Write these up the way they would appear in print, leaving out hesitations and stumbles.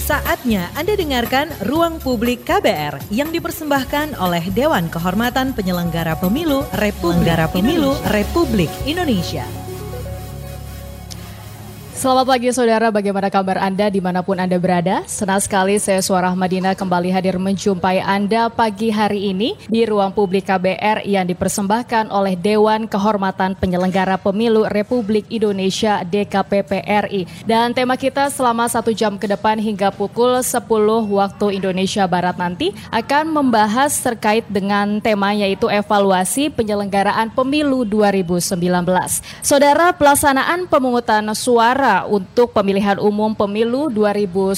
Saatnya Anda dengarkan Ruang Publik KBR yang dipersembahkan oleh Dewan Kehormatan Penyelenggara Pemilu Republik Indonesia. Selamat pagi saudara, bagaimana kabar Anda dimanapun Anda berada? Senang sekali saya Suara Madinah kembali hadir menjumpai Anda pagi hari ini di Ruang Publik KBR yang dipersembahkan oleh Dewan Kehormatan Penyelenggara Pemilu Republik Indonesia DKPP RI. Dan tema kita selama 1 jam ke depan hingga pukul 10 waktu Indonesia Barat nanti akan membahas terkait dengan tema yaitu evaluasi penyelenggaraan pemilu 2019. Saudara, pelaksanaan pemungutan suara untuk pemilihan umum pemilu 2019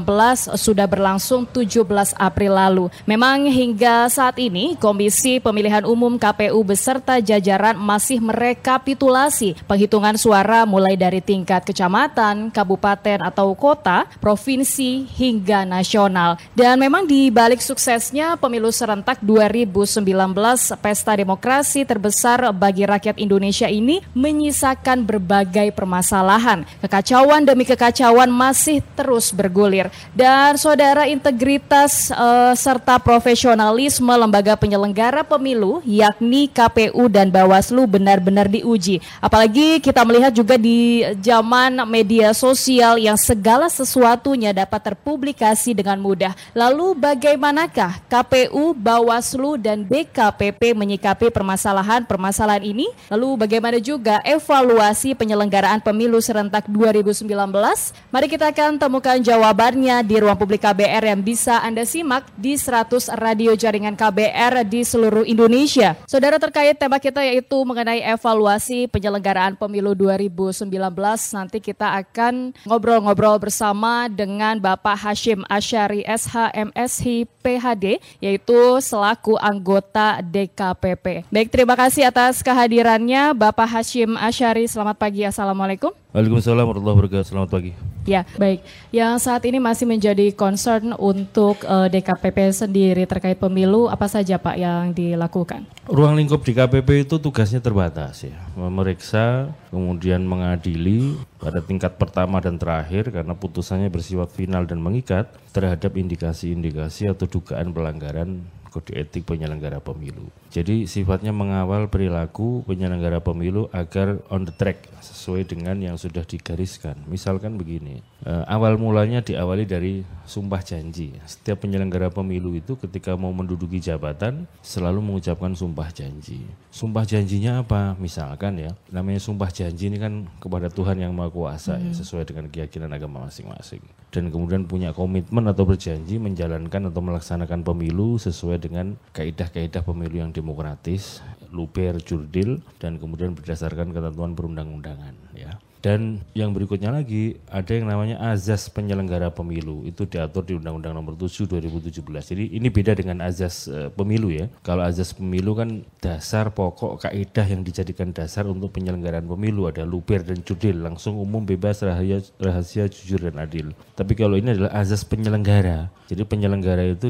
sudah berlangsung 17 April lalu. Memang hingga saat ini Komisi Pemilihan Umum KPU beserta jajaran masih merekapitulasi penghitungan suara mulai dari tingkat kecamatan, kabupaten atau kota, provinsi hingga nasional. Dan memang di balik suksesnya pemilu serentak 2019, pesta demokrasi terbesar bagi rakyat Indonesia ini menyisakan berbagai permasalahan. Kekacauan demi kekacauan masih terus bergulir. Dan saudara, integritas serta profesionalisme lembaga penyelenggara pemilu yakni KPU dan Bawaslu benar-benar diuji. Apalagi kita melihat juga di zaman media sosial yang segala sesuatunya dapat terpublikasi dengan mudah. Lalu bagaimanakah KPU, Bawaslu dan DKPP menyikapi permasalahan ini? Lalu bagaimana juga evaluasi penyelenggaraan pemilu serentak 2019? Mari kita akan temukan jawabannya di Ruang Publik KBR yang bisa Anda simak di 100 radio jaringan KBR di seluruh Indonesia. Saudara, terkait tema kita yaitu mengenai evaluasi penyelenggaraan pemilu 2019, nanti kita akan ngobrol-ngobrol bersama dengan Bapak Hashim Asyari SH MShi PhD, yaitu selaku anggota DKPP. Baik, terima kasih atas kehadirannya Bapak Hashim Asyari. Selamat pagi, Assalamualaikum. Waalaikumsalam warahmatullahi wabarakatuh. Selamat pagi. Ya, baik. Yang saat ini masih menjadi concern untuk DKPP sendiri terkait pemilu, apa saja Pak yang dilakukan? Ruang lingkup DKPP itu tugasnya terbatas ya, memeriksa, kemudian mengadili pada tingkat pertama dan terakhir karena putusannya bersifat final dan mengikat terhadap indikasi-indikasi atau dugaan pelanggaran kode etik penyelenggara pemilu. Jadi sifatnya mengawal perilaku penyelenggara pemilu agar on the track sesuai dengan yang sudah digariskan. Misalkan begini, awal mulanya diawali dari sumpah janji. Setiap penyelenggara pemilu itu ketika mau menduduki jabatan selalu mengucapkan sumpah janji. Sumpah janjinya apa? Misalkan ya, namanya sumpah janji ini kan kepada Tuhan yang Maha Kuasa ya, sesuai dengan keyakinan agama masing-masing. Dan kemudian punya komitmen atau berjanji menjalankan atau melaksanakan pemilu sesuai dengan kaidah-kaidah pemilu yang demokratis, luber, jurdil, dan kemudian berdasarkan ketentuan perundang-undangan ya. Dan yang berikutnya lagi ada yang namanya azas penyelenggara pemilu, itu diatur di Undang-Undang Nomor 7 2017. Jadi ini beda dengan azas pemilu ya. Kalau azas pemilu kan dasar pokok kaidah yang dijadikan dasar untuk penyelenggaraan pemilu, ada luber dan jurdil, langsung, umum, bebas, rahasia, jujur dan adil. Tapi kalau ini adalah azas penyelenggara. Jadi penyelenggara itu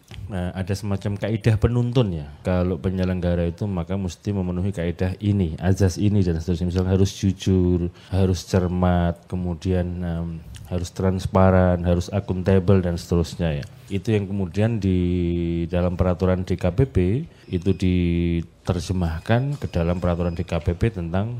ada semacam kaidah penuntun ya. Kalau penyelenggara itu maka mesti memenuhi kaidah ini, azas ini dan seterusnya. Misalnya harus jujur, harus cermat, kemudian harus transparan, harus akuntabel dan seterusnya ya. Itu yang kemudian di dalam peraturan DKPP itu diterjemahkan ke dalam peraturan DKPP tentang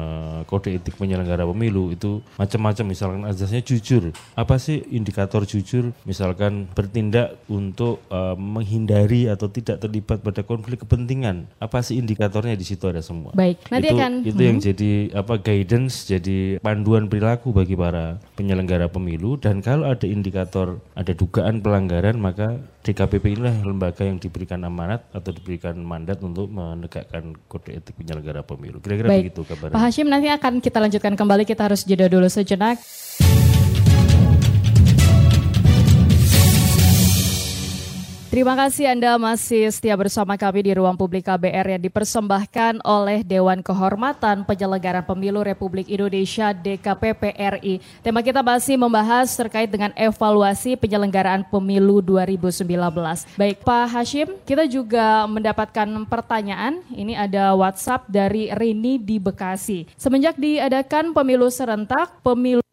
kode etik penyelenggara pemilu. Itu macam-macam, misalkan azasnya jujur. Apa sih indikator jujur? Misalkan bertindak untuk menghindari atau tidak terlibat pada konflik kepentingan. Apa sih indikatornya? Di situ ada semua. Baik, nanti itu yang jadi guidance, jadi panduan perilaku bagi para penyelenggara pemilu. Dan kalau ada indikator, ada dugaan pelanggaran, maka DKPP inilah lembaga yang diberikan amanat atau diberikan mandat untuk menegakkan kode etik penyelenggara pemilu. Kira-kira begitu kabarnya. Pak Hashim, nanti akan kita lanjutkan kembali, kita harus jeda dulu sejenak. Terima kasih Anda masih setia bersama kami di Ruang Publik KBR yang dipersembahkan oleh Dewan Kehormatan Penyelenggara Pemilu Republik Indonesia DKPP RI. Tema kita masih membahas terkait dengan evaluasi penyelenggaraan pemilu 2019. Baik Pak Hashim, kita juga mendapatkan pertanyaan. Ini ada WhatsApp dari Rini di Bekasi. Semenjak diadakan pemilu serentak, pemilu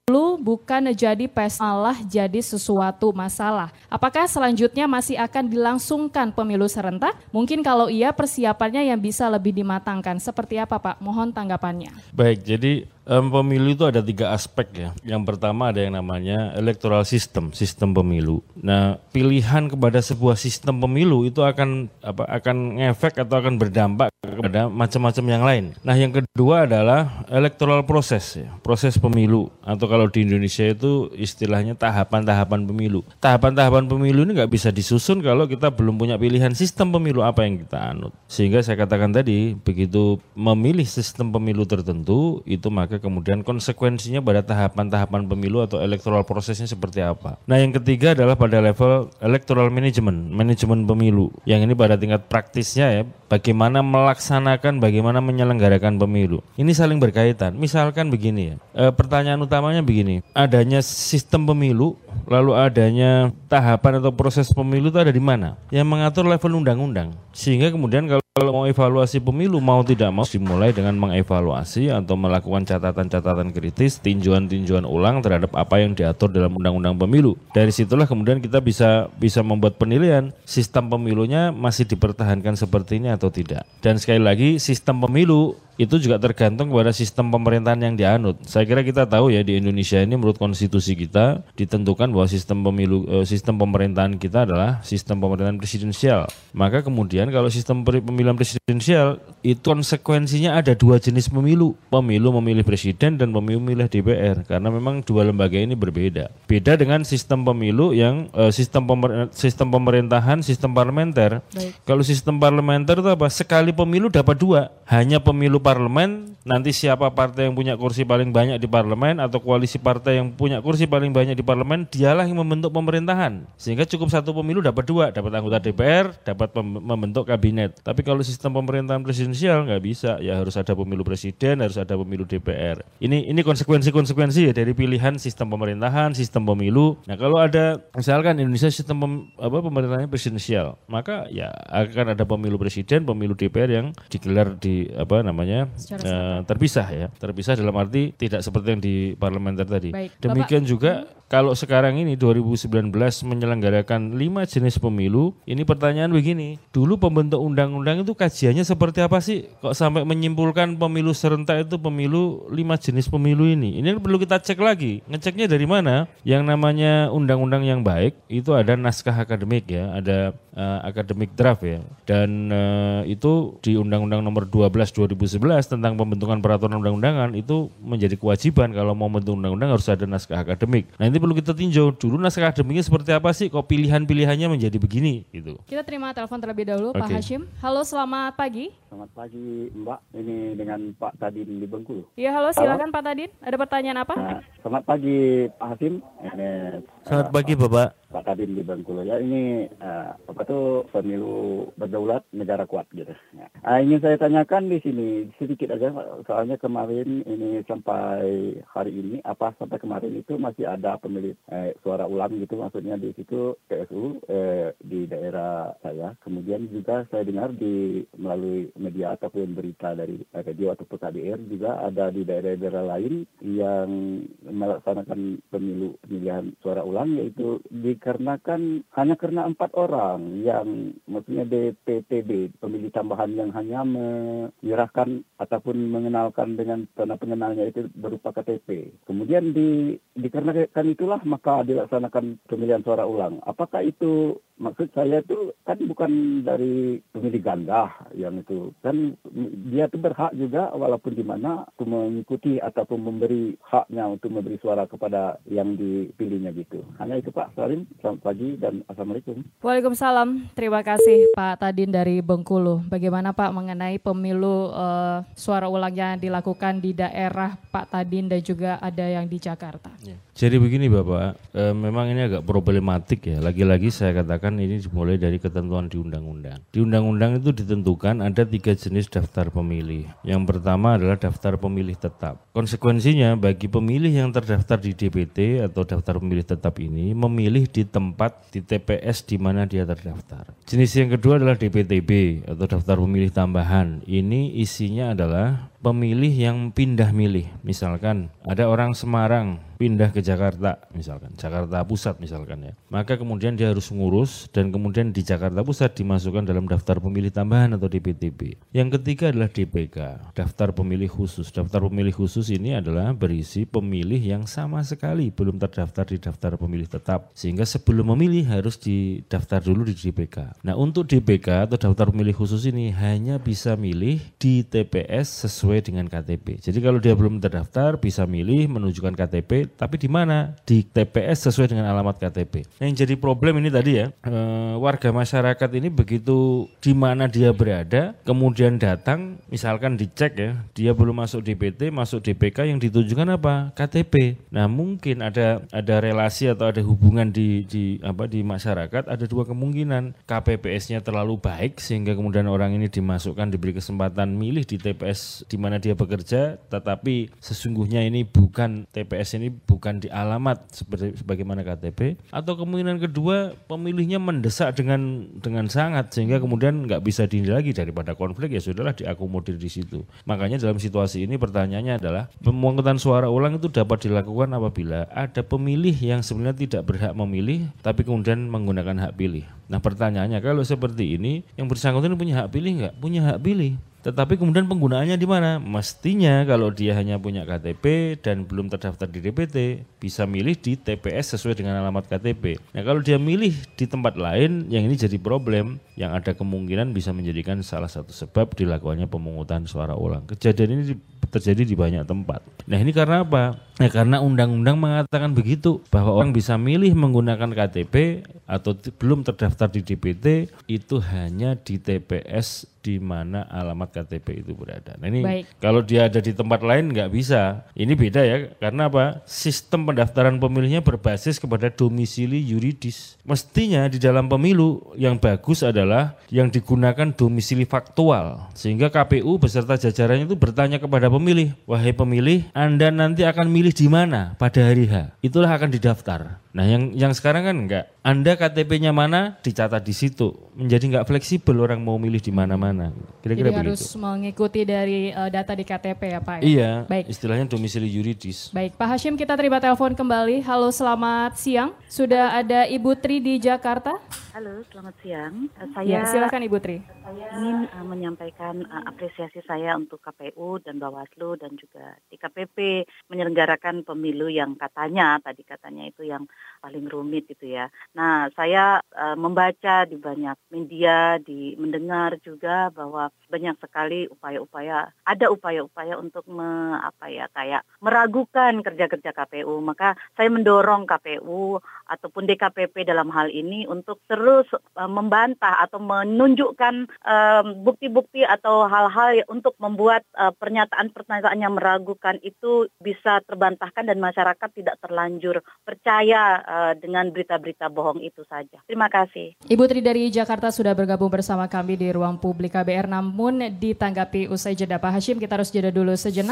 bukan jadi pesta, malah jadi sesuatu masalah. Apakah selanjutnya masih akan dilangsungkan pemilu serentak? Mungkin kalau iya, persiapannya yang bisa lebih dimatangkan. Seperti apa Pak? Mohon tanggapannya. Baik, jadi pemilu itu ada 3 aspek ya. Yang pertama ada yang namanya electoral system, sistem pemilu. Nah, pilihan kepada sebuah sistem pemilu itu akan ngefek atau akan berdampak kepada macam-macam yang lain. Nah, yang kedua adalah electoral proses ya, proses pemilu, atau kalau di Indonesia itu istilahnya tahapan-tahapan pemilu. Tahapan-tahapan pemilu ini nggak bisa disusun kalau kita belum punya pilihan sistem pemilu apa yang kita anut. Sehingga saya katakan tadi, begitu memilih sistem pemilu tertentu, itu maka kemudian konsekuensinya pada tahapan-tahapan pemilu atau electoral prosesnya seperti apa. Nah, yang ketiga adalah pada level electoral management, manajemen pemilu. Yang ini pada tingkat praktisnya ya, bagaimana melaksanakan, bagaimana menyelenggarakan pemilu. Ini saling berkaitan. Misalkan begini ya, pertanyaan utamanya begini, adanya sistem pemilu, lalu adanya tahapan atau proses pemilu itu ada di mana? Yang mengatur level undang-undang. Sehingga kemudian kalau mau evaluasi pemilu, mau tidak mau dimulai dengan mengevaluasi atau melakukan catatan-catatan kritis, tinjauan-tinjauan ulang terhadap apa yang diatur dalam undang-undang pemilu. Dari situlah kemudian kita bisa membuat penilaian sistem pemilunya masih dipertahankan seperti ini atau tidak. Dan sekali lagi, sistem pemilu itu juga tergantung kepada sistem pemerintahan yang dianut. Saya kira kita tahu ya, di Indonesia ini menurut konstitusi kita ditentukan bahwa sistem pemilu, sistem pemerintahan kita adalah sistem pemerintahan presidensial. Maka kemudian kalau sistem pemilihan presidensial itu konsekuensinya ada 2 jenis pemilu. Pemilu memilih presiden dan pemilu memilih DPR, karena memang 2 lembaga ini berbeda. Beda dengan sistem pemilu yang sistem pemerintahan, sistem parlementer. Baik. Kalau sistem parlementer itu apa? Sekali pemilu dapat 2. Hanya pemilu parlemen, nanti siapa partai yang punya kursi paling banyak di parlemen atau koalisi partai yang punya kursi paling banyak di parlemen, dialah yang membentuk pemerintahan. Sehingga cukup 1 pemilu dapat 2, dapat anggota DPR, dapat membentuk kabinet. Tapi kalau sistem pemerintahan presidensial nggak bisa, ya harus ada pemilu presiden, harus ada pemilu DPR. Ini konsekuensi ya dari pilihan sistem pemerintahan, sistem pemilu. Nah, kalau ada misalkan Indonesia sistem pemerintahannya presidensial, maka ya akan ada pemilu presiden, pemilu DPR yang digelar di terpisah dalam arti tidak seperti yang di parlementer tadi. Baik, demikian Bapak, juga kalau sekarang ini 2019 menyelenggarakan 5 jenis pemilu, ini pertanyaan begini, dulu pembentuk undang-undang itu kajiannya seperti apa sih kok sampai menyimpulkan pemilu serentak itu pemilu 5 jenis pemilu ini? Ini perlu kita cek lagi. Ngeceknya dari mana? Yang namanya undang-undang yang baik itu ada naskah akademik ya, ada akademik draft ya. Dan itu di Undang-Undang Nomor 12 2011 tentang pembentukan peraturan undang-undangan itu menjadi kewajiban kalau mau membentuk undang-undang harus ada naskah akademik. Nah, ini perlu kita tinjau dulu naskah akademiknya seperti apa sih kok pilihan-pilihannya menjadi begini gitu. Kita terima telepon terlebih dahulu Pak Hashim. Halo, selamat pagi. Selamat pagi Mbak, ini dengan Pak Tadin di Bengkulu. Iya, halo, silakan Pak Tadin. Ada pertanyaan apa? Selamat pagi Pak Hashim. Selamat pagi Bapak. Pak Tadin di Bengkulu ya, ini pemilu berdaulat negara kuat gitu. Ingin saya tanyakan di sini sedikit aja, soalnya kemarin ini sampai hari ini sampai kemarin itu masih ada pemilih suara ulang gitu, maksudnya di situ PSU di daerah saya. Kemudian juga saya dengar melalui media ataupun berita dari radio ataupun KBR juga ada di daerah-daerah lain yang melaksanakan pemilihan suara ulang, yaitu dikarenakan hanya karena 4 orang yang maksudnya DPTB, pemilih tambahan yang hanya menyerahkan ataupun mengenalkan dengan tanda pengenalnya itu berupa KTP. Kemudian dikarenakan itulah maka dilaksanakan pemilihan suara ulang. Apakah itu, maksud saya itu kan bukan dari pemilih ganda yang itu, kan dia itu berhak juga walaupun di mana untuk mengikuti ataupun memberi haknya untuk memberi suara kepada yang dipilihnya gitu. Hanya itu Pak Salim. Selamat pagi dan Assalamualaikum. Waalaikumsalam. Terima kasih Pak Tadin dari Bengkulu. Bagaimana Pak mengenai pemilu suara ulang yang dilakukan di daerah Pak Tadin dan juga ada yang di Jakarta? Ya. Jadi begini Bapak, memang ini agak problematik ya. Lagi-lagi saya katakan ini dimulai dari ketentuan di undang-undang. Di undang-undang itu ditentukan ada 3 jenis daftar pemilih. Yang pertama adalah daftar pemilih tetap. Konsekuensinya bagi pemilih yang terdaftar di DPT atau daftar pemilih tetap ini memilih di tempat di TPS di mana dia terdaftar. Jenis yang kedua adalah DPTB atau daftar pemilih tambahan. Ini isinya adalah pemilih yang pindah milih. Misalkan ada orang Semarang pindah ke Jakarta, misalkan Jakarta Pusat misalkan ya. Maka kemudian dia harus ngurus dan kemudian di Jakarta Pusat dimasukkan dalam daftar pemilih tambahan atau DPTB. Yang ketiga adalah DPK, daftar pemilih khusus. Daftar pemilih khusus ini adalah berisi pemilih yang sama sekali belum terdaftar di daftar pemilih tetap. Sehingga sebelum memilih harus didaftar dulu di DPK. Nah, untuk DPK atau daftar pemilih khusus ini hanya bisa milih di TPS sesuai dengan KTP. Jadi kalau dia belum terdaftar bisa milih menunjukkan KTP, tapi di mana? Di TPS sesuai dengan alamat KTP. Nah, yang jadi problem ini tadi ya, warga masyarakat ini begitu di mana dia berada, kemudian datang, misalkan dicek ya, dia belum masuk DPT, masuk DPK, yang ditunjukkan apa? KTP. Nah, mungkin ada relasi atau ada hubungan di masyarakat, ada dua kemungkinan. KPPS-nya terlalu baik sehingga kemudian orang ini dimasukkan, diberi kesempatan milih di TPS di mana dia bekerja, tetapi sesungguhnya ini bukan TPS, ini bukan di alamat sebagaimana KTP. Atau kemungkinan kedua, pemilihnya mendesak dengan sangat sehingga kemudian nggak bisa dinilai lagi, daripada konflik ya sudahlah diakomodir di situ. Makanya dalam situasi ini pertanyaannya adalah pemungutan suara ulang itu dapat dilakukan apabila ada pemilih yang sebenarnya tidak berhak memilih tapi kemudian menggunakan hak pilih. Nah, pertanyaannya kalau seperti ini yang bersangkutan punya hak pilih nggak? Punya hak pilih. Tetapi kemudian penggunaannya di mana? Mestinya kalau dia hanya punya KTP dan belum terdaftar di DPT, bisa milih di TPS sesuai dengan alamat KTP. Nah, kalau dia milih di tempat lain, yang ini jadi problem, yang ada kemungkinan bisa menjadikan salah satu sebab dilakukannya pemungutan suara ulang. Kejadian ini terjadi di banyak tempat. Nah, ini karena apa? Ya, karena undang-undang mengatakan begitu, bahwa orang bisa milih menggunakan KTP atau belum terdaftar di DPT itu hanya di TPS di mana alamat KTP itu berada. Nah, ini kalau dia ada di tempat lain nggak bisa. Ini beda ya, karena apa? Sistem pendaftaran pemilihnya berbasis kepada domisili yuridis. Mestinya di dalam pemilu yang bagus adalah yang digunakan domisili faktual, sehingga KPU beserta jajarannya itu bertanya kepada pemilih, wahai pemilih, Anda nanti akan milih di mana pada hari H? Itulah akan didaftar. Nah, yang sekarang kan enggak. Anda KTP-nya mana dicatat di situ. Menjadi enggak fleksibel orang mau milih di mana-mana. Kira-kira jadi begitu. Harus mengikuti dari data di KTP ya Pak ya? Iya, baik. Istilahnya domisili yuridis. Baik, Pak Hashim, kita terima telepon kembali. Halo, selamat siang. Sudah ada Ibu Tri di Jakarta. Halo, selamat siang. Ya, silakan Ibu Tri. Saya ingin menyampaikan apresiasi saya untuk KPU dan Bawaslu dan juga DKPP menyelenggarakan pemilu yang katanya itu yang paling rumit itu ya. Nah, saya membaca di banyak media, mendengar juga bahwa banyak sekali ada upaya-upaya untuk meragukan kerja-kerja KPU. Maka saya mendorong KPU ataupun DKPP dalam hal ini untuk terus membantah atau menunjukkan bukti-bukti atau hal-hal untuk membuat pernyataan-pernyataan yang meragukan itu bisa terbantahkan dan masyarakat tidak terlanjur percaya dengan berita-berita bohong itu saja. Terima kasih. Ibu Tri dari Jakarta sudah bergabung bersama kami di Ruang Publik KBR, namun ditanggapi usai jeda Pak Hashim, kita harus jeda dulu sejenak.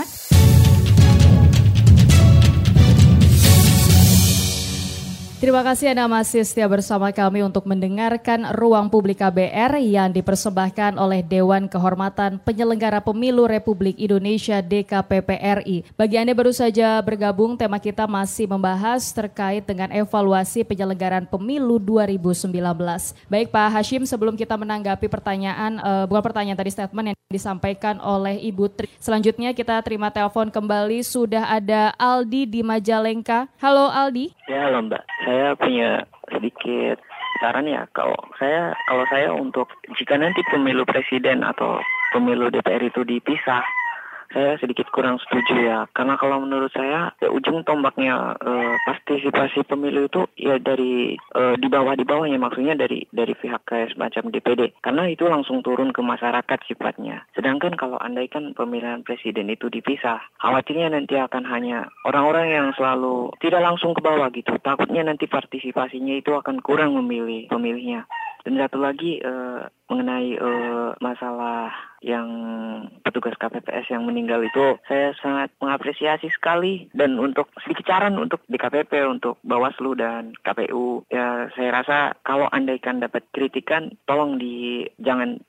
Terima kasih Anda masih setia bersama kami untuk mendengarkan Ruang Publik KBR yang dipersembahkan oleh Dewan Kehormatan Penyelenggara Pemilu Republik Indonesia DKPP RI. Bagi Anda baru saja bergabung, tema kita masih membahas terkait dengan evaluasi penyelenggaraan pemilu 2019. Baik Pak Hashim, sebelum kita menanggapi statement yang disampaikan oleh Ibu Tri. Selanjutnya kita terima telepon kembali, sudah ada Aldi di Majalengka. Halo Aldi. Ya, halo Mbak. Saya punya sedikit saran ya, kalau saya untuk jika nanti pemilu presiden atau pemilu DPR itu dipisah, saya sedikit kurang setuju ya, karena kalau menurut saya ujung tombaknya partisipasi pemilu itu ya dari di bawahnya, maksudnya dari pihak kayak semacam DPD, karena itu langsung turun ke masyarakat sifatnya. Sedangkan kalau andaikan pemilihan presiden itu dipisah, khawatirnya nanti akan hanya orang-orang yang selalu tidak langsung ke bawah gitu, takutnya nanti partisipasinya itu akan kurang memilih pemilihnya. Dan satu lagi mengenai masalah yang petugas KPPS yang meninggal itu, saya sangat mengapresiasi sekali. Dan untuk sedikit saran untuk DKPP, untuk Bawaslu dan KPU, ya saya rasa kalau andaikan dapat kritikan, tolong jangan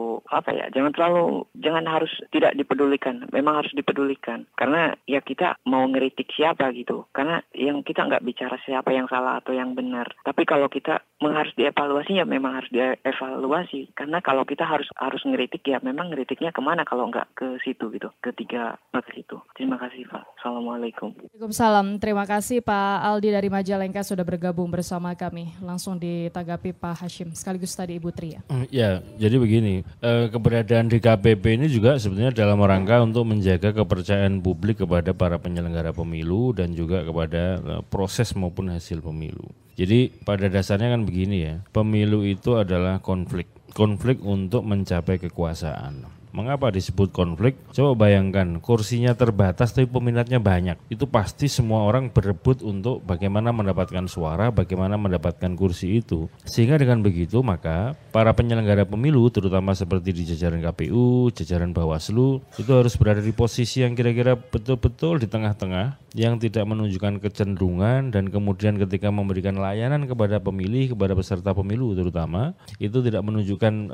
harus tidak dipedulikan. Memang harus dipedulikan. Karena ya kita mau ngeritik siapa gitu. Karena yang kita nggak bicara siapa yang salah atau yang benar. Tapi kalau kita harus dievaluasi, ya memang harus dievaluasi. Karena kalau kita harus ngeritik, ya memang ngeritiknya kemana kalau nggak ke situ gitu, ketiga ke situ. Terima kasih Pak. Assalamualaikum. Waalaikumsalam. Terima kasih Pak Aldi dari Majalengka sudah bergabung bersama kami. Langsung ditanggapi Pak Hashim sekaligus tadi Ibu Tri. Ya, jadi begini, keberadaan DKPP ini juga sebenarnya dalam rangka untuk menjaga kepercayaan publik kepada para penyelenggara pemilu dan juga kepada proses maupun hasil pemilu. Jadi pada dasarnya kan begini ya, pemilu itu adalah konflik untuk mencapai kekuasaan. Mengapa disebut konflik? Coba bayangkan, kursinya terbatas tapi peminatnya banyak. Itu pasti semua orang berebut untuk bagaimana mendapatkan suara, bagaimana mendapatkan kursi itu. Sehingga dengan begitu maka para penyelenggara pemilu, terutama seperti di jajaran KPU, jajaran Bawaslu, itu harus berada di posisi yang kira-kira betul-betul di tengah-tengah, yang tidak menunjukkan kecenderungan, dan kemudian ketika memberikan layanan kepada pemilih, kepada peserta pemilu terutama, itu tidak menunjukkan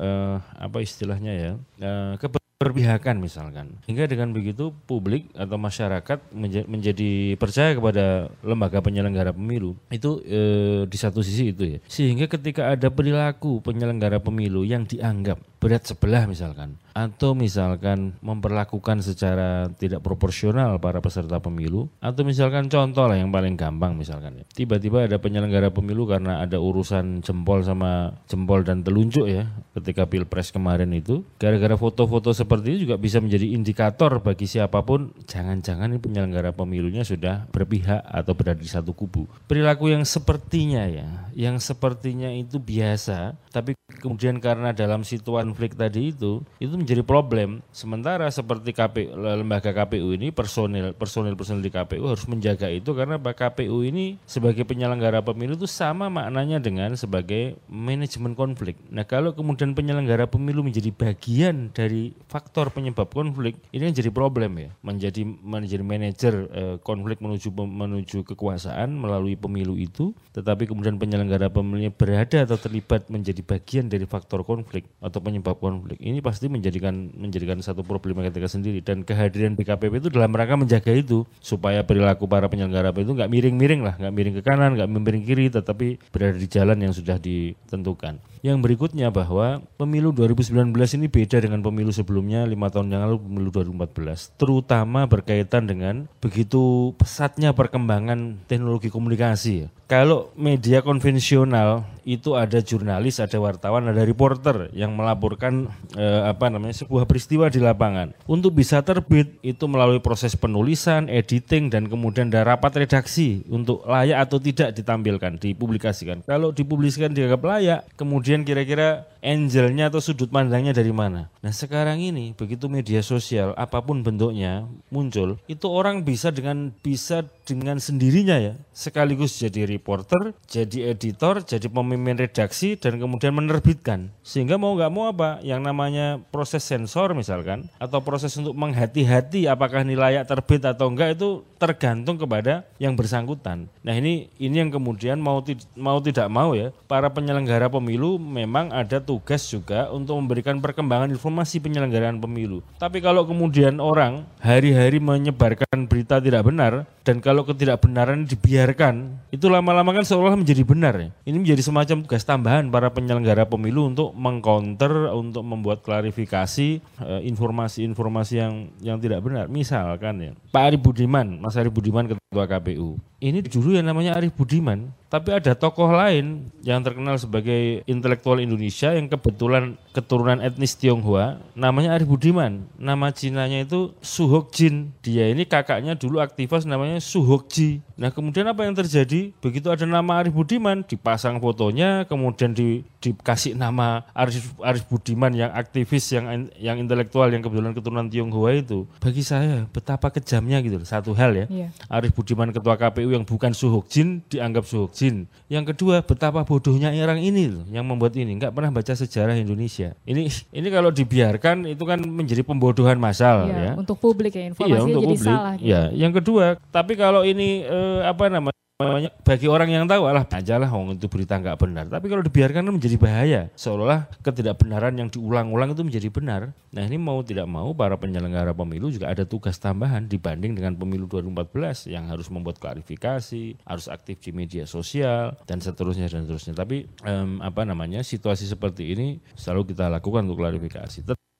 keberpihakan misalkan. Hingga dengan begitu publik atau masyarakat menjadi percaya kepada lembaga penyelenggara pemilu. Itu di satu sisi itu ya. Sehingga ketika ada perilaku penyelenggara pemilu yang dianggap berat sebelah misalkan, atau misalkan memperlakukan secara tidak proporsional para peserta pemilu, atau misalkan contoh lah yang paling gampang misalkan ya, tiba-tiba ada penyelenggara pemilu karena ada urusan jempol dan telunjuk ya ketika Pilpres kemarin itu, gara-gara foto-foto seperti itu juga bisa menjadi indikator bagi siapapun, jangan-jangan ini penyelenggara pemilunya sudah berpihak atau berada di satu kubu. Perilaku yang sepertinya itu biasa, tapi kemudian karena dalam situasi konflik tadi itu menjadi problem. Sementara seperti lembaga KPU ini, personil di KPU harus menjaga itu, karena KPU ini sebagai penyelenggara pemilu itu sama maknanya dengan sebagai manajemen konflik. Nah, kalau kemudian penyelenggara pemilu menjadi bagian dari faktor penyebab konflik, ini jadi problem ya, menjadi manajer konflik menuju kekuasaan melalui pemilu itu, tetapi kemudian penyelenggara pemilunya berada atau terlibat menjadi bagian dari faktor konflik atau penyebab konflik. Ini pasti menjadikan satu problematika sendiri, dan kehadiran DKPP itu dalam rangka menjaga itu supaya perilaku para penyelenggara itu nggak miring-miring lah, nggak miring ke kanan, nggak miring kiri, tetapi berada di jalan yang sudah ditentukan. Yang berikutnya bahwa pemilu 2019 ini beda dengan pemilu sebelumnya 5 tahun yang lalu, pemilu 2014, terutama berkaitan dengan begitu pesatnya perkembangan teknologi komunikasi. Kalau media konvensional itu ada jurnalis, ada wartawan, ada reporter yang melaporkan sebuah peristiwa di lapangan. Untuk bisa terbit itu melalui proses penulisan, editing, dan kemudian ada rapat redaksi untuk layak atau tidak ditampilkan, dipublikasikan. Kalau dipublikasikan dianggap layak, kemudian kira-kira angle-nya atau sudut pandangnya dari mana. Nah, sekarang ini begitu media sosial apapun bentuknya muncul, itu orang bisa dengan sendirinya ya, sekaligus jadi reporter, jadi editor, jadi pemimpin redaksi, dan kemudian menerbitkan. Sehingga mau nggak mau yang namanya proses sensor misalkan, atau proses untuk menghati-hati apakah ini layak terbit atau enggak, itu tergantung kepada yang bersangkutan. Nah, ini yang kemudian mau tidak mau ya, para penyelenggara pemilu memang ada tugas juga untuk memberikan perkembangan informasi penyelenggaraan pemilu. Tapi kalau kemudian orang hari-hari menyebarkan berita tidak benar, dan kalau ketidakbenaran dibiarkan, itu lama-lama kan seolah menjadi benar ya. Ini menjadi semacam tugas tambahan para penyelenggara pemilu untuk mengcounter, untuk membuat klarifikasi informasi-informasi yang tidak benar. Misalkan ya, Mas Arief Budiman Ketua KPU. Ini dulu yang namanya Arief Budiman, tapi ada tokoh lain yang terkenal sebagai intelektual Indonesia yang kebetulan keturunan etnis Tionghoa, namanya Arief Budiman. Nama Cinanya itu Suhokjin. Dia ini kakaknya dulu aktivis namanya Suhokji. Nah, kemudian apa yang terjadi? Begitu ada nama Arief Budiman, dipasang fotonya, kemudian dikasih nama Arief Budiman yang aktivis, yang intelektual, yang kebetulan keturunan Tionghoa itu. Bagi saya betapa kejamnya gitu. Satu hal ya, Arief Budiman Budiman ketua KPU yang bukan Suhokjin dianggap Suhokjin. Yang kedua, betapa bodohnya orang ini loh yang membuat ini, nggak pernah baca sejarah Indonesia. Ini kalau dibiarkan itu kan menjadi pembodohan massal ya. Untuk publik ya, informasinya untuk jadi publik, salah. Gitu. Ya, yang kedua, tapi kalau ini bagi orang yang tahu aja lah itu berita nggak benar. Tapi kalau dibiarkan menjadi bahaya, seolah ketidakbenaran yang diulang-ulang itu menjadi benar. Nah ini mau tidak mau para penyelenggara pemilu juga ada tugas tambahan dibanding dengan pemilu 2014 yang harus membuat klarifikasi, harus aktif di media sosial dan seterusnya. Tapi situasi seperti ini selalu kita lakukan untuk klarifikasi.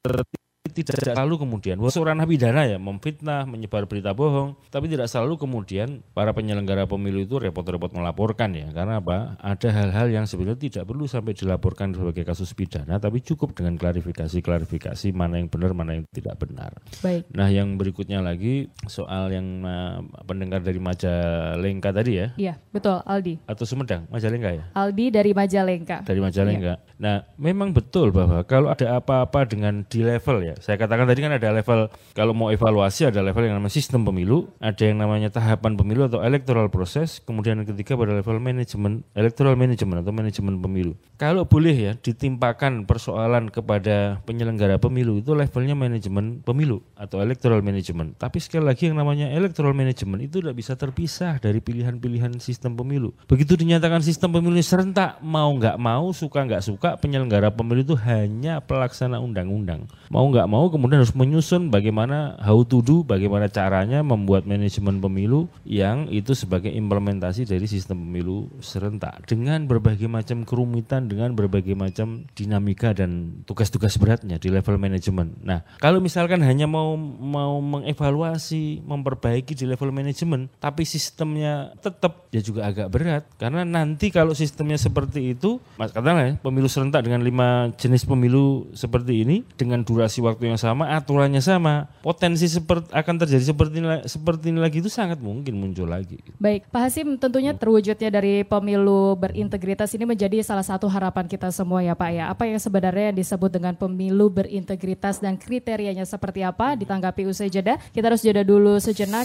Tidak selalu kemudian seorang narapidana ya memfitnah, menyebar berita bohong, tapi tidak selalu kemudian para penyelenggara pemilu itu repot-repot melaporkan ya. Karena apa? Ada hal-hal yang sebenarnya tidak perlu sampai dilaporkan sebagai kasus pidana, tapi cukup dengan klarifikasi mana yang benar, mana yang tidak benar. Baik. Nah, yang berikutnya lagi soal yang pendengar dari Majalengka tadi ya. Iya, betul, Aldi. Atau Sumedang, Majalengka ya? Aldi dari Majalengka. Dari Majalengka. Iya. Nah, memang betul bahwa kalau ada apa-apa dengan di level ya, saya katakan tadi kan ada level, kalau mau evaluasi ada level yang namanya sistem pemilu, ada yang namanya tahapan pemilu atau electoral process, kemudian yang ketiga pada level manajemen, electoral management atau manajemen pemilu. Kalau boleh ya ditimpakan persoalan kepada penyelenggara pemilu itu levelnya manajemen pemilu atau electoral management. Tapi sekali lagi yang namanya electoral management itu tidak bisa terpisah dari pilihan-pilihan sistem pemilu. Begitu dinyatakan sistem pemilu serentak, mau nggak mau, suka nggak suka, penyelenggara pemilu itu hanya pelaksana undang-undang. Mau nggak mau kemudian harus menyusun bagaimana how to do, bagaimana caranya membuat manajemen pemilu yang itu sebagai implementasi dari sistem pemilu serentak dengan berbagai macam kerumitan, dengan berbagai macam dinamika dan tugas-tugas beratnya di level manajemen. Nah, kalau misalkan hanya mau mengevaluasi, memperbaiki di level manajemen, tapi sistemnya tetap ya juga agak berat karena nanti kalau sistemnya seperti itu, katakanlah ya, pemilu serentak dengan 5 jenis pemilu seperti ini dengan durasi waktu yang sama, aturannya sama, potensi akan terjadi seperti ini lagi itu sangat mungkin muncul lagi. Baik, Pak Hasyim, tentunya terwujudnya dari pemilu berintegritas ini menjadi salah satu harapan kita semua ya Pak ya. Apa yang sebenarnya yang disebut dengan pemilu berintegritas dan kriterianya seperti apa? Ditanggapi usai jeda. Kita harus jeda dulu sejenak.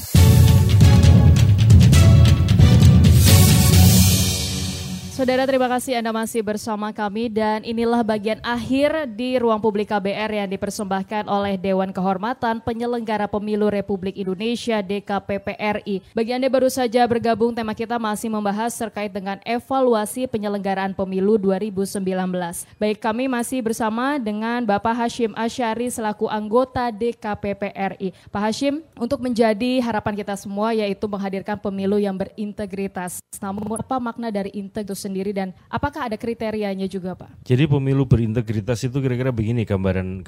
Saudara, terima kasih Anda masih bersama kami dan inilah bagian akhir di Ruang Publik KBR yang dipersembahkan oleh Dewan Kehormatan Penyelenggara Pemilu Republik Indonesia DKPP RI. Bagi Anda baru saja bergabung, tema kita masih membahas terkait dengan evaluasi penyelenggaraan pemilu 2019. Baik, kami masih bersama dengan Bapak Hasyim Asyari selaku anggota DKPP RI. Pak Hasyim, untuk menjadi harapan kita semua yaitu menghadirkan pemilu yang berintegritas. Namun apa makna dari integritas sendiri dan apakah ada kriterianya juga Pak? Jadi pemilu berintegritas itu kira-kira begini gambaran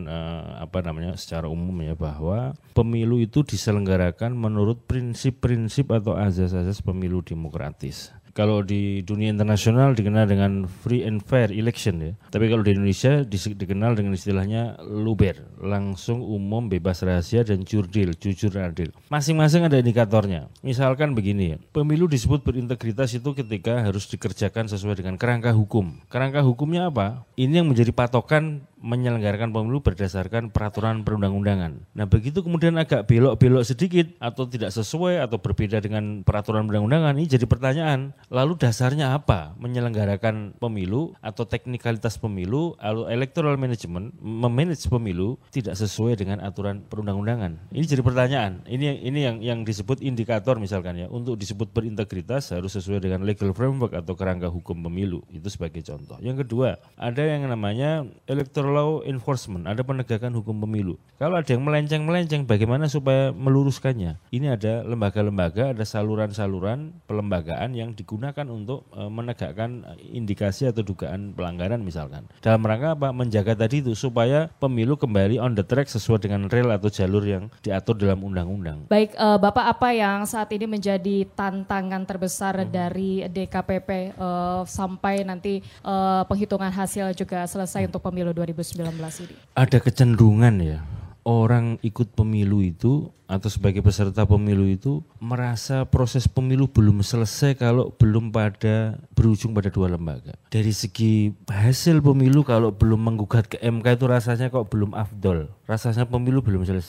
secara umum ya, bahwa pemilu itu diselenggarakan menurut prinsip-prinsip atau azas-azas pemilu demokratis. Kalau di dunia internasional dikenal dengan free and fair election ya. Tapi kalau di Indonesia dikenal dengan istilahnya luber, langsung, umum, bebas rahasia, dan jurdil, jujur dan adil. Masing-masing ada indikatornya. Misalkan begini ya, pemilu disebut berintegritas itu ketika harus dikerjakan sesuai dengan kerangka hukum. Kerangka hukumnya apa? Ini yang menjadi patokan menyelenggarakan pemilu berdasarkan peraturan perundang-undangan. Nah, begitu kemudian agak belok-belok sedikit atau tidak sesuai atau berbeda dengan peraturan perundang-undangan, ini jadi pertanyaan. Lalu dasarnya apa? Menyelenggarakan pemilu atau teknikalitas pemilu, atau electoral management, memanage pemilu tidak sesuai dengan aturan perundang-undangan. Ini jadi pertanyaan. Ini yang disebut indikator misalkan ya. Untuk disebut berintegritas harus sesuai dengan legal framework atau kerangka hukum pemilu. Itu sebagai contoh. Yang kedua, ada yang namanya electoral law enforcement, ada penegakan hukum pemilu. Kalau ada yang melenceng-melenceng, bagaimana supaya meluruskannya? Ini ada lembaga-lembaga, ada saluran-saluran pelembagaan yang digunakan untuk menegakkan indikasi atau dugaan pelanggaran misalkan. Dalam rangka apa? Menjaga tadi itu supaya pemilu kembali on the track sesuai dengan rel atau jalur yang diatur dalam undang-undang. Baik, Bapak, apa yang saat ini menjadi tantangan terbesar dari DKPP sampai nanti penghitungan hasil juga selesai untuk pemilu 2019 ini? Ada kecenderungan ya, orang ikut pemilu itu atau sebagai peserta pemilu itu merasa proses pemilu belum selesai kalau belum berujung pada dua lembaga. Dari segi hasil pemilu kalau belum menggugat ke MK itu rasanya kok belum afdol, rasanya pemilu belum selesai.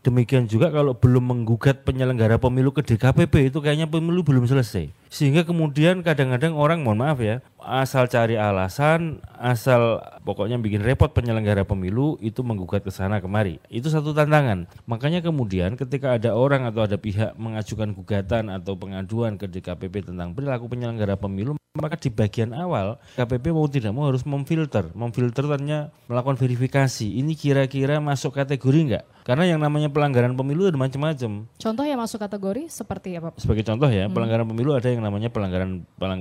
Demikian juga kalau belum menggugat penyelenggara pemilu ke DKPP itu kayaknya pemilu belum selesai. Sehingga kemudian kadang-kadang orang, mohon maaf ya, asal cari alasan, asal pokoknya bikin repot penyelenggara pemilu itu menggugat ke sana kemari. Itu satu tantangan. Makanya kemudian ketika ada orang atau ada pihak mengajukan gugatan atau pengaduan ke DKPP tentang perilaku penyelenggara pemilu, maka di bagian awal KPP mau tidak mau harus memfilternya, melakukan verifikasi. Ini kira-kira masuk kategori enggak? Karena yang namanya pelanggaran pemilu ada macam-macam. Contoh yang masuk kategori seperti apa? Sebagai contoh ya, pelanggaran pemilu ada yang namanya pelanggaran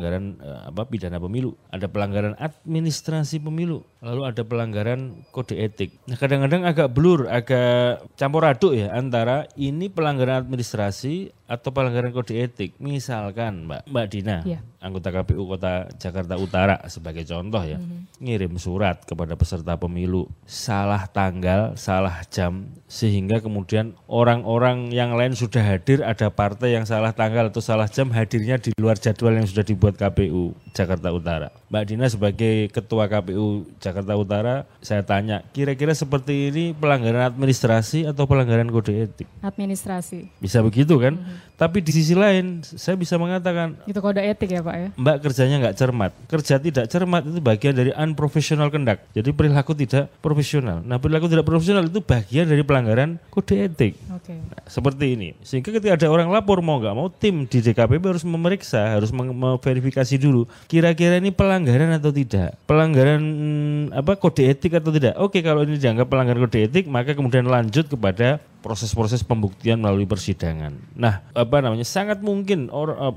pidana pemilu, ada pelanggaran administrasi pemilu, lalu ada pelanggaran kode etik. Nah, kadang-kadang agak blur, agak campur aduk ya antara ini pelanggaran administrasi atau pelanggaran kode etik. Misalkan Mbak Dina, anggota KPU Kota Jakarta Utara sebagai contoh ya, ngirim surat kepada peserta pemilu, salah tanggal, salah jam, sehingga kemudian orang-orang yang lain sudah hadir, ada partai yang salah tanggal atau salah jam, hadirnya di luar jadwal yang sudah dibuat KPU Jakarta Utara. Mbak Dina sebagai ketua KPU Jakarta Utara, saya tanya, kira-kira seperti ini pelanggaran administrasi atau pelanggaran kode etik? Administrasi. Bisa begitu kan? Tapi di sisi lain saya bisa mengatakan itu kode etik ya Pak ya? Mbak kerjanya nggak cermat. Kerja tidak cermat itu bagian dari unprofessional conduct. Jadi perilaku tidak profesional. Nah, perilaku tidak profesional itu bagian dari pelanggaran kode etik. Nah, seperti ini. Sehingga ketika ada orang lapor mau nggak mau, tim di DKPP harus memeriksa, harus memverifikasi dulu. Kira-kira ini pelanggaran atau tidak? Pelanggaran kode etik atau tidak? Oke, kalau ini dianggap pelanggaran kode etik, maka kemudian lanjut kepada proses-proses pembuktian melalui persidangan. Nah, sangat mungkin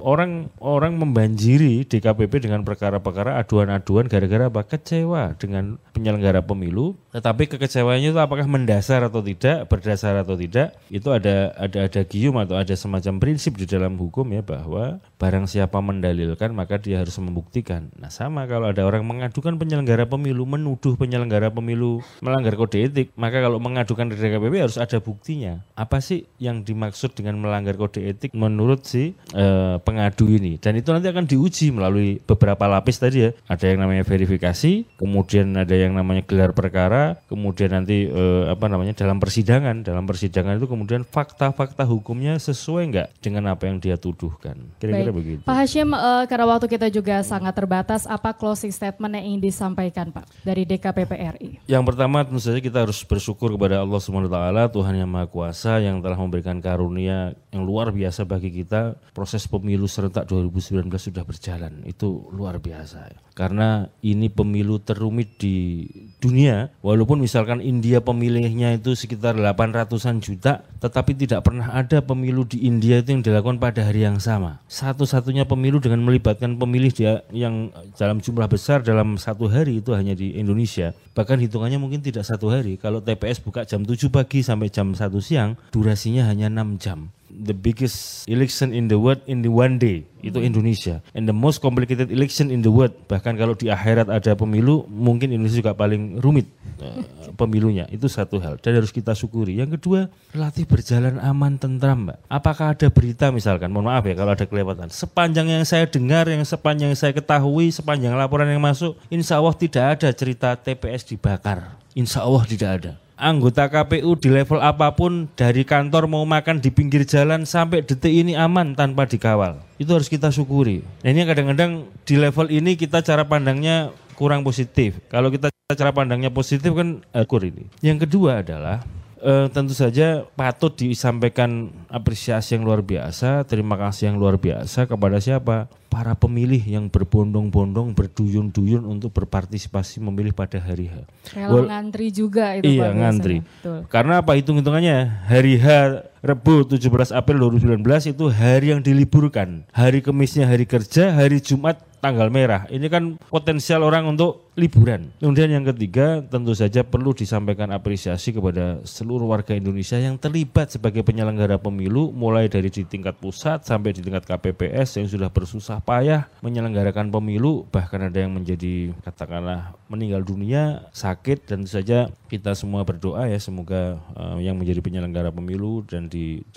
orang membanjiri DKPP dengan perkara-perkara aduan-aduan gara-gara apa? Kecewa dengan penyelenggara pemilu. Tetapi kekecewaannya itu apakah mendasar atau tidak, berdasar atau tidak, itu ada gium atau ada semacam prinsip di dalam hukum ya, bahwa barang siapa mendalilkan maka dia harus membuktikan. Nah, sama kalau ada orang mengadukan penyelenggara pemilu, menuduh penyelenggara pemilu melanggar kode etik, maka kalau mengadukan ke DKPP harus ada buktinya. Apa sih yang dimaksud dengan melanggar kode etik menurut si pengadu ini? Dan itu nanti akan diuji melalui beberapa lapis tadi ya. Ada yang namanya verifikasi, kemudian ada yang namanya gelar perkara, kemudian nanti dalam persidangan. Dalam persidangan itu kemudian fakta-fakta hukumnya sesuai enggak dengan apa yang dia tuduhkan. Kira-kira begitu. Pak Hashim, karena waktu kita juga sangat terbatas, apa closing statement yang ingin disampaikan Pak dari DKPP RI? Yang pertama tentu saja kita harus bersyukur kepada Allah SWT, Tuhan yang Maha Kuasa yang telah memberikan karunia yang luar biasa bagi kita. Proses pemilu serentak 2019 sudah berjalan, itu luar biasa. Karena ini pemilu terumit di dunia, walaupun misalkan India pemilihnya itu sekitar 800-an juta, tetapi tidak pernah ada pemilu di India itu yang dilakukan pada hari yang sama. Satu-satunya pemilu dengan melibatkan pemilih yang dalam jumlah besar dalam satu hari itu hanya di Indonesia. Bahkan hitungannya mungkin tidak satu hari. Kalau TPS buka jam 7 pagi sampai jam 1 siang, durasinya hanya 6 jam. The biggest election in the world in the one day itu Indonesia, and the most complicated election in the world. Bahkan kalau di akhirat ada pemilu, mungkin Indonesia juga paling rumit pemilunya. Itu satu hal dan harus kita syukuri. Yang kedua, relatif berjalan aman, tentram, Mbak. Apakah ada berita misalkan, mohon maaf ya kalau ada kelewatan, sepanjang yang saya dengar, sepanjang yang saya ketahui, sepanjang laporan yang masuk, insya Allah tidak ada cerita TPS dibakar. Insya Allah tidak ada. Anggota KPU di level apapun, dari kantor mau makan di pinggir jalan sampai detik ini aman tanpa dikawal. Itu harus kita syukuri. Nah, ini kadang-kadang di level ini kita cara pandangnya kurang positif. Kalau kita cara pandangnya positif kan ini. Yang kedua adalah tentu saja patut disampaikan apresiasi yang luar biasa, terima kasih yang luar biasa kepada siapa? Para pemilih yang berbondong-bondong, berduyun-duyun untuk berpartisipasi memilih pada hari H. Rela ngantri juga itu Iya, Pak, ngantri. Betul. Karena apa hitung-hitungannya? Hari H Rebu 17 April 2019 itu hari yang diliburkan. Hari Kemisnya hari kerja, hari Jumat tanggal merah. Ini kan potensial orang untuk liburan. Kemudian yang ketiga, tentu saja perlu disampaikan apresiasi kepada seluruh warga Indonesia yang terlibat sebagai penyelenggara pemilu, mulai dari di tingkat pusat sampai di tingkat KPPS yang sudah bersusah payah menyelenggarakan pemilu, bahkan ada yang menjadi katakanlah meninggal dunia, sakit, dan tentu saja kita semua berdoa ya semoga yang menjadi penyelenggara pemilu dan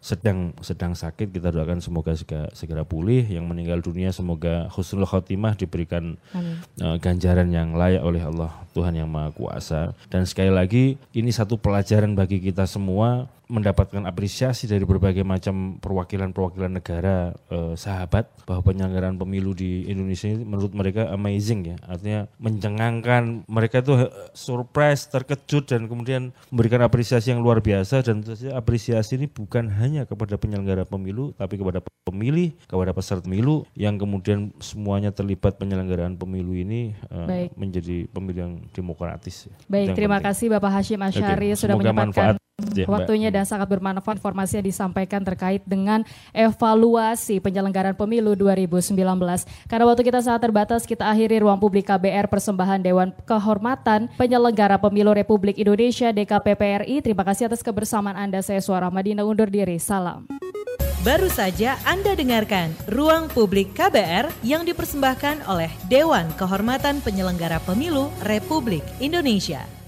sedang sakit kita doakan semoga segera pulih, yang meninggal dunia semoga husnul khotimah, diberikan ganjaran yang layak oleh Allah Tuhan yang Maha Kuasa. Dan sekali lagi ini satu pelajaran bagi kita semua, mendapatkan apresiasi dari berbagai macam perwakilan negara sahabat, bahwa penyelenggaraan pemilu di Indonesia ini menurut mereka amazing ya, artinya mencengangkan. Mereka itu surprise, terkejut, dan kemudian memberikan apresiasi yang luar biasa. Dan tentu saja apresiasi ini bukan hanya kepada penyelenggara pemilu, tapi kepada pemilih, kepada peserta pemilu yang kemudian semuanya terlibat penyelenggaraan pemilu ini menjadi pemilu yang demokratis. Baik, terima kasih Bapak Hashim Asyari sudah menyempatkan waktunya dan sangat bermanfaat informasi yang disampaikan terkait dengan evaluasi penyelenggaraan pemilu 2019. Karena waktu kita sangat terbatas, kita akhiri Ruang Publik KBR persembahan Dewan Kehormatan Penyelenggara Pemilu Republik Indonesia DKPP RI. Terima kasih atas kebersamaan Anda. Saya Suara Madinah undur diri. Salam. Baru saja Anda dengarkan Ruang Publik KBR yang dipersembahkan oleh Dewan Kehormatan Penyelenggara Pemilu Republik Indonesia.